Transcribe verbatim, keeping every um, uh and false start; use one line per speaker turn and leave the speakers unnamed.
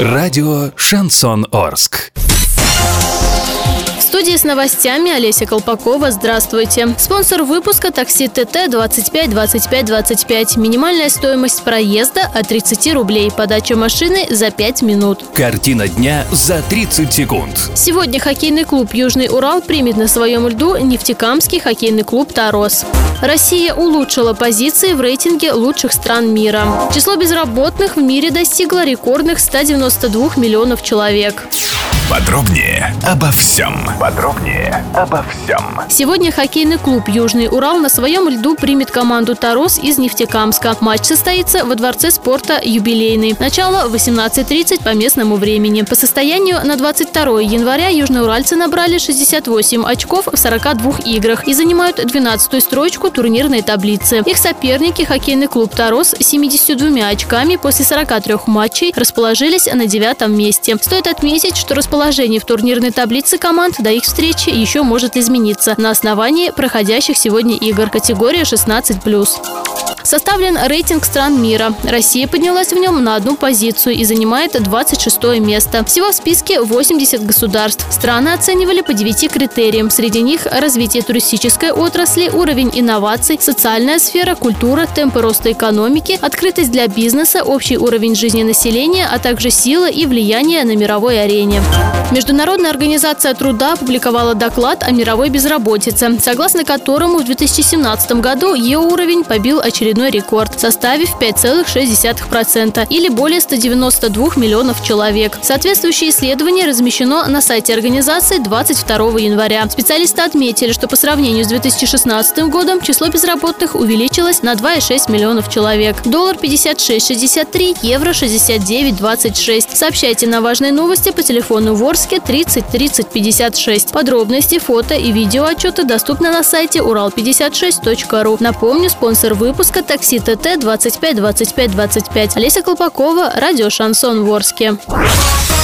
Радио «Шансон Орск».
В студии с новостями Олеся Колпакова. Здравствуйте. Спонсор выпуска — такси ТТ двадцать пять двадцать пять двадцать пять. Минимальная стоимость проезда от тридцати рублей. Подача машины за пять минут.
Картина дня за тридцать секунд.
Сегодня хоккейный клуб «Южный Урал» примет на своем льду нефтекамский хоккейный клуб «Тарос». Россия улучшила позиции в рейтинге лучших стран мира. Число безработных в мире достигло рекордных ста девяноста двух миллионов человек.
Подробнее обо всем. Подробнее обо всем.
Сегодня хоккейный клуб «Южный Урал» на своем льду примет команду «Тарос» из Нефтекамска. Матч состоится во Дворце спорта «Юбилейный». Начало восемнадцать тридцать по местному времени. По состоянию на двадцать второе января южноуральцы набрали шестьдесят восемь очков в сорока двух играх и занимают двенадцатую строчку турнирной таблицы. Их соперники, хоккейный клуб «Тарос», с семьюдесятью двумя очками после сорока трёх матчей расположились на девятом месте. Стоит отметить, что расположение Положение в турнирной таблице команд до их встречи еще может измениться на основании проходящих сегодня игр категория шестнадцать плюс. Составлен рейтинг стран мира. Россия поднялась в нем на одну позицию и занимает двадцать шестое место. Всего в списке восемьдесят государств. Страны оценивали по девяти критериям. Среди них развитие туристической отрасли, уровень инноваций, социальная сфера, культура, темпы роста экономики, открытость для бизнеса, общий уровень жизни населения, а также сила и влияние на мировой арене. Международная организация труда опубликовала доклад о мировой безработице, согласно которому в две тысячи семнадцатом году ее уровень побил очередной рекорд, составив пять целых шесть десятых процента или более ста девяноста двух миллионов человек. Соответствующее исследование размещено на сайте организации двадцать второго января. Специалисты отметили, что по сравнению с две тысячи шестнадцатым годом число безработных увеличилось на два целых шесть десятых миллионов человек. Доллар пятьдесят шесть шестьдесят три, евро шестьдесят девять двадцать шесть. Сообщайте на важные новости по телефону в Орске тридцать тридцать пятьдесят шесть. Подробности, фото и видеоотчеты доступны на сайте урал пятьдесят шесть точка ру. Напомню, спонсор выпуска — такси ТТ двадцать пять двадцать пять двадцать пять. Олеся Колпакова, радио «Шансон» в Орске.